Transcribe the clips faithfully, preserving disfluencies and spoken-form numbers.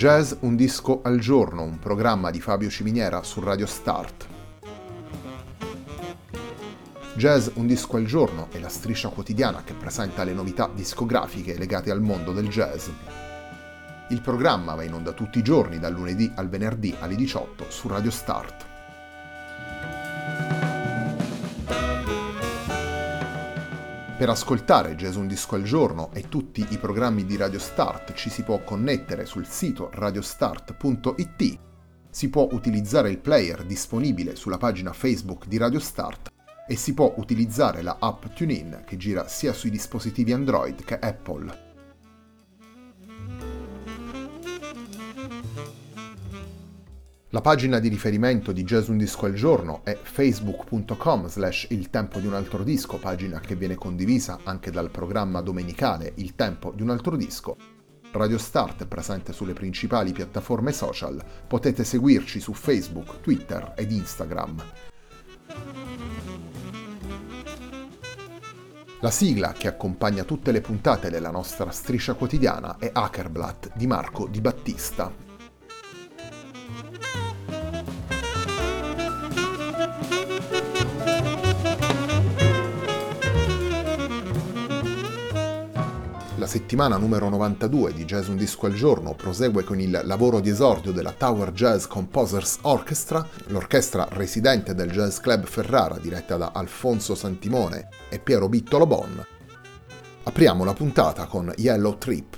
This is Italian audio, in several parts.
Jazz un disco al giorno, un programma di Fabio Ciminiera su Radio Start. Jazz un disco al giorno è la striscia quotidiana che presenta le novità discografiche legate al mondo del jazz. Il programma va in onda tutti i giorni dal lunedì al venerdì alle diciotto su Radio Start. Per ascoltare Jazz un disco al giorno e tutti i programmi di Radio Start ci si può connettere sul sito radiostart punto it, si può utilizzare il player disponibile sulla pagina Facebook di Radio Start e si può utilizzare la app TuneIn che gira sia sui dispositivi Android che Apple. La pagina di riferimento di Jazz un disco al giorno è facebook punto com slash il tempo di un altro disco, pagina che viene condivisa anche dal programma domenicale Il tempo di un altro disco. Radio Start è presente sulle principali piattaforme social, potete seguirci su Facebook, Twitter ed Instagram. La sigla che accompagna tutte le puntate della nostra striscia quotidiana è Hackerblatt di Marco Di Battista. La settimana numero novantadue di Jazz un disco al giorno prosegue con il lavoro di esordio della Tower Jazz Composers Orchestra, l'orchestra residente del Jazz Club Ferrara diretta da Alfonso Santimone e Piero Bittolo Bon. Apriamo la puntata con Yellow Trip.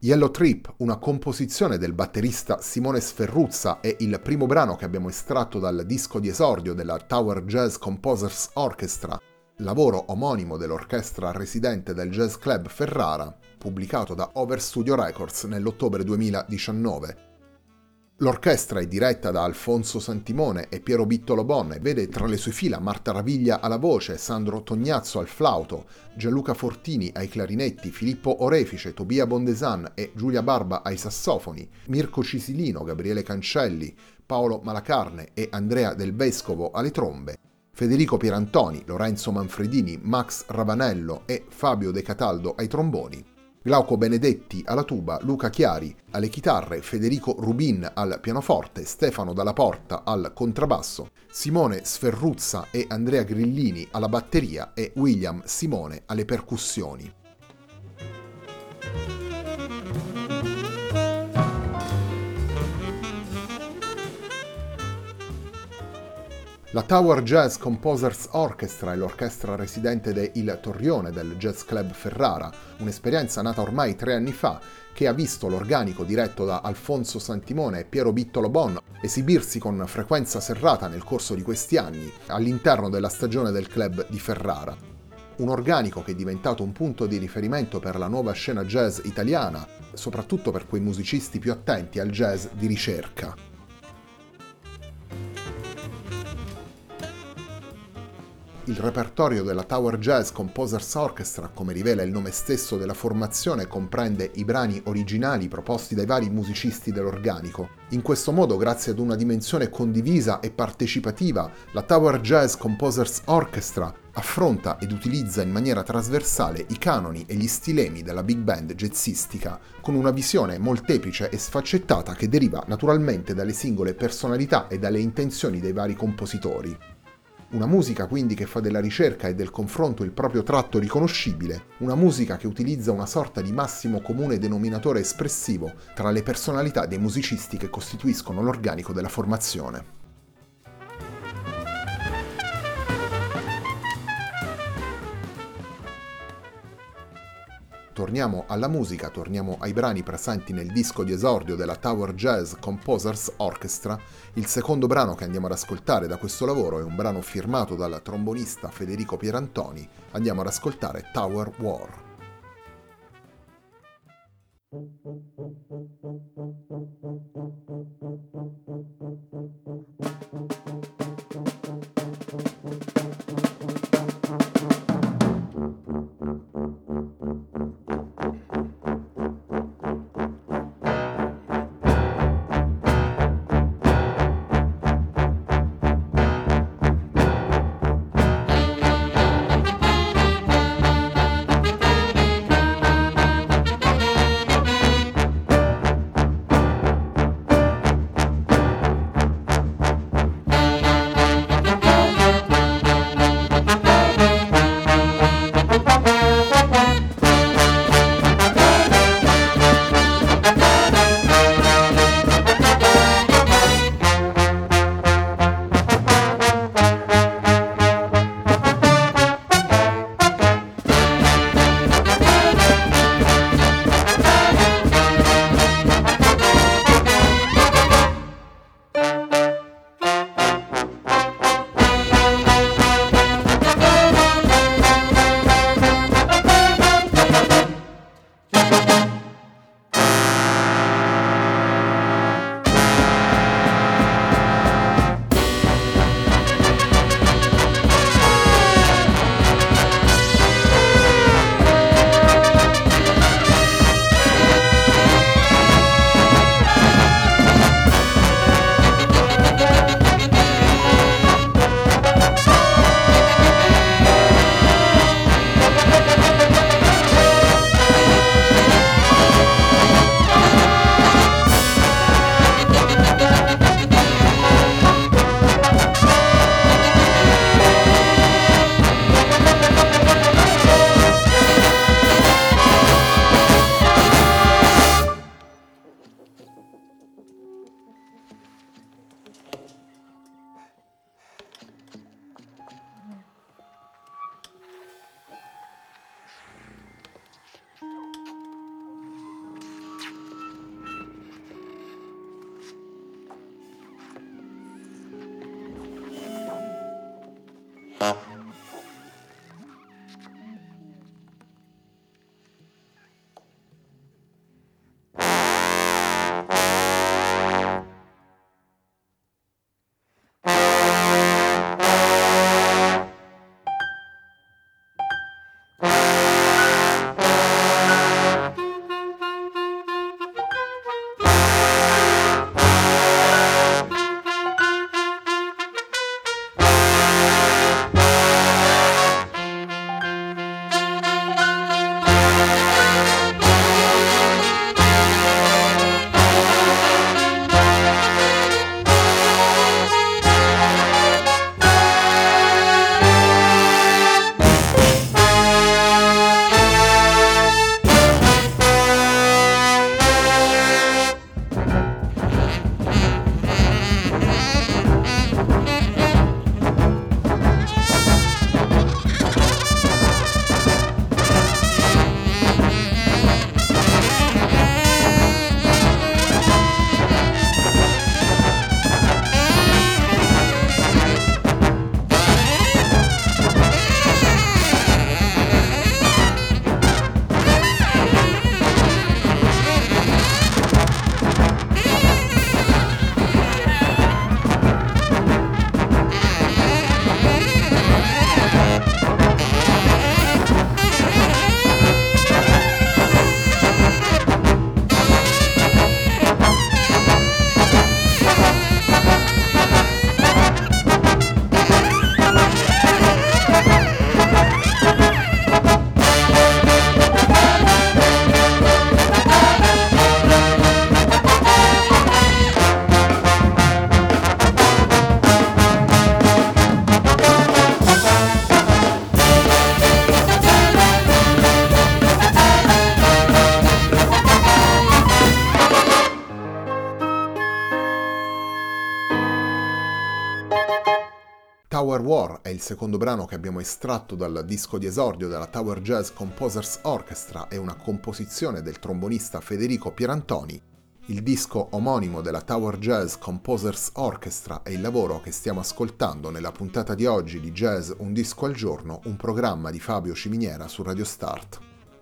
Yellow Trip, una composizione del batterista Simone Sferruzza, è il primo brano che abbiamo estratto dal disco di esordio della Tower Jazz Composers Orchestra, lavoro omonimo dell'orchestra residente del Jazz Club Ferrara, pubblicato da Over Studio Records nell'ottobre duemiladiciannove. L'orchestra è diretta da Alfonso Santimone e Piero Bittolo Bon e vede tra le sue fila Marta Raviglia alla voce, Sandro Tognazzo al flauto, Gianluca Fortini ai clarinetti, Filippo Orefice, Tobia Bondesan e Giulia Barba ai sassofoni, Mirko Cisilino, Gabriele Cancelli, Paolo Malacarne e Andrea Del Vescovo alle trombe, Federico Pierantoni, Lorenzo Manfredini, Max Ravanello e Fabio De Cataldo ai tromboni, Glauco Benedetti alla tuba, Luca Chiari alle chitarre, Federico Rubin al pianoforte, Stefano Dalla Porta al contrabbasso, Simone Sferruzza e Andrea Grillini alla batteria e William Simone alle percussioni. La Tower Jazz Composers Orchestra è l'orchestra residente de Il Torrione del Jazz Club Ferrara, un'esperienza nata ormai tre anni fa che ha visto l'organico diretto da Alfonso Santimone e Piero Bittolo Bon esibirsi con frequenza serrata nel corso di questi anni all'interno della stagione del club di Ferrara. Un organico che è diventato un punto di riferimento per la nuova scena jazz italiana, soprattutto per quei musicisti più attenti al jazz di ricerca. Il repertorio della Tower Jazz Composers Orchestra, come rivela il nome stesso della formazione, comprende i brani originali proposti dai vari musicisti dell'organico. In questo modo, grazie ad una dimensione condivisa e partecipativa, la Tower Jazz Composers Orchestra affronta ed utilizza in maniera trasversale i canoni e gli stilemi della big band jazzistica, con una visione molteplice e sfaccettata che deriva naturalmente dalle singole personalità e dalle intenzioni dei vari compositori. Una musica quindi che fa della ricerca e del confronto il proprio tratto riconoscibile, una musica che utilizza una sorta di massimo comune denominatore espressivo tra le personalità dei musicisti che costituiscono l'organico della formazione. Torniamo alla musica, torniamo ai brani presenti nel disco di esordio della Tower Jazz Composers Orchestra. Il secondo brano che andiamo ad ascoltare da questo lavoro è un brano firmato dal trombonista Federico Pierantoni. Andiamo ad ascoltare Tower War. Tower War è il secondo brano che abbiamo estratto dal disco di esordio della Tower Jazz Composers Orchestra e una composizione del trombonista Federico Pierantoni. Il disco omonimo della Tower Jazz Composers Orchestra è il lavoro che stiamo ascoltando nella puntata di oggi di Jazz Un Disco al Giorno, un programma di Fabio Ciminiera su Radio Start.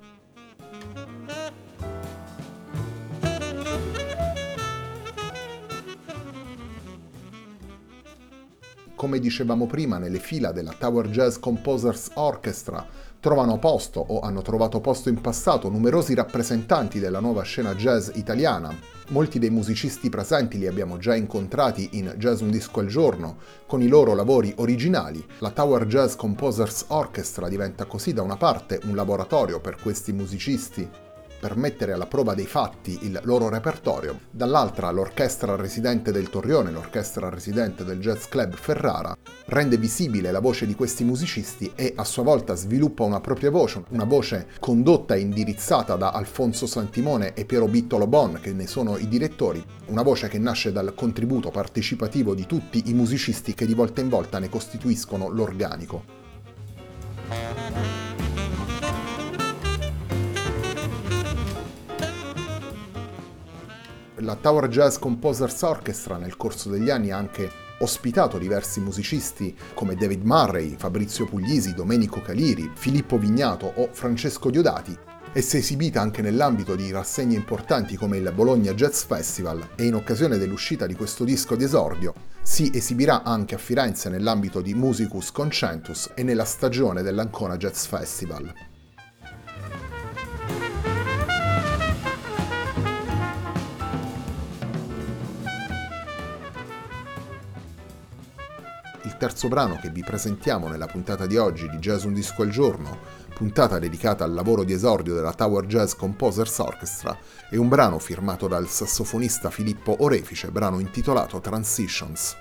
Come dicevamo prima, nelle fila della Tower Jazz Composers Orchestra trovano posto o hanno trovato posto in passato numerosi rappresentanti della nuova scena jazz italiana. Molti dei musicisti presenti li abbiamo già incontrati in Jazz Un Disco al Giorno con i loro lavori originali. La Tower Jazz Composers Orchestra diventa così da una parte un laboratorio per questi musicisti per mettere alla prova dei fatti il loro repertorio, dall'altra l'orchestra residente del Torrione, l'orchestra residente del Jazz Club Ferrara, rende visibile la voce di questi musicisti e a sua volta sviluppa una propria voce, una voce condotta e indirizzata da Alfonso Santimone e Piero Bittolo Bon, che ne sono i direttori, una voce che nasce dal contributo partecipativo di tutti i musicisti che di volta in volta ne costituiscono l'organico. La Tower Jazz Composers Orchestra nel corso degli anni ha anche ospitato diversi musicisti come David Murray, Fabrizio Puglisi, Domenico Caliri, Filippo Vignato o Francesco Diodati e si è esibita anche nell'ambito di rassegne importanti come il Bologna Jazz Festival e in occasione dell'uscita di questo disco di esordio si esibirà anche a Firenze nell'ambito di Musicus Concentus e nella stagione dell'Ancona Jazz Festival. Il terzo brano che vi presentiamo nella puntata di oggi di Jazz Un Disco al Giorno, puntata dedicata al lavoro di esordio della Tower Jazz Composers Orchestra, è un brano firmato dal sassofonista Filippo Orefice, brano intitolato Transitions.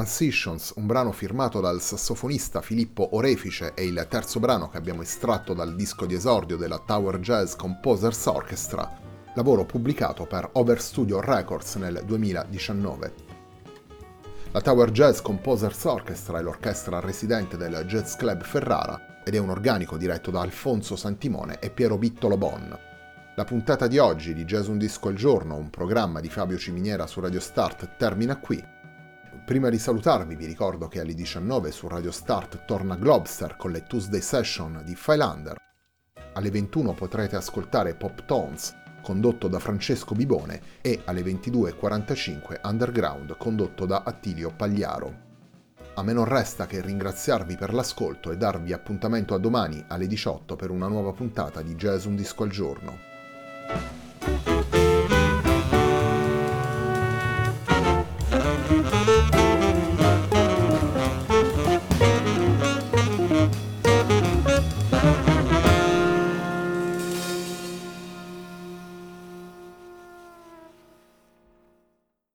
Transitions, un brano firmato dal sassofonista Filippo Orefice e il terzo brano che abbiamo estratto dal disco di esordio della Tower Jazz Composers Orchestra, lavoro pubblicato per Overstudio Records nel duemiladiciannove. La Tower Jazz Composers Orchestra è l'orchestra residente del Jazz Club Ferrara ed è un organico diretto da Alfonso Santimone e Piero Bittolo Bon. La puntata di oggi di Jazz Un Disco al Giorno, un programma di Fabio Ciminiera su Radio Start, termina qui. Prima di salutarvi vi ricordo che alle diciannove su Radio Start torna Globster con le Tuesday Session di Phylander. Alle ventuno potrete ascoltare Pop Tones, condotto da Francesco Bibone, e alle ventidue e quarantacinque Underground, condotto da Attilio Pagliaro. A me non resta che ringraziarvi per l'ascolto e darvi appuntamento a domani alle diciotto per una nuova puntata di Jazz Un Disco al Giorno.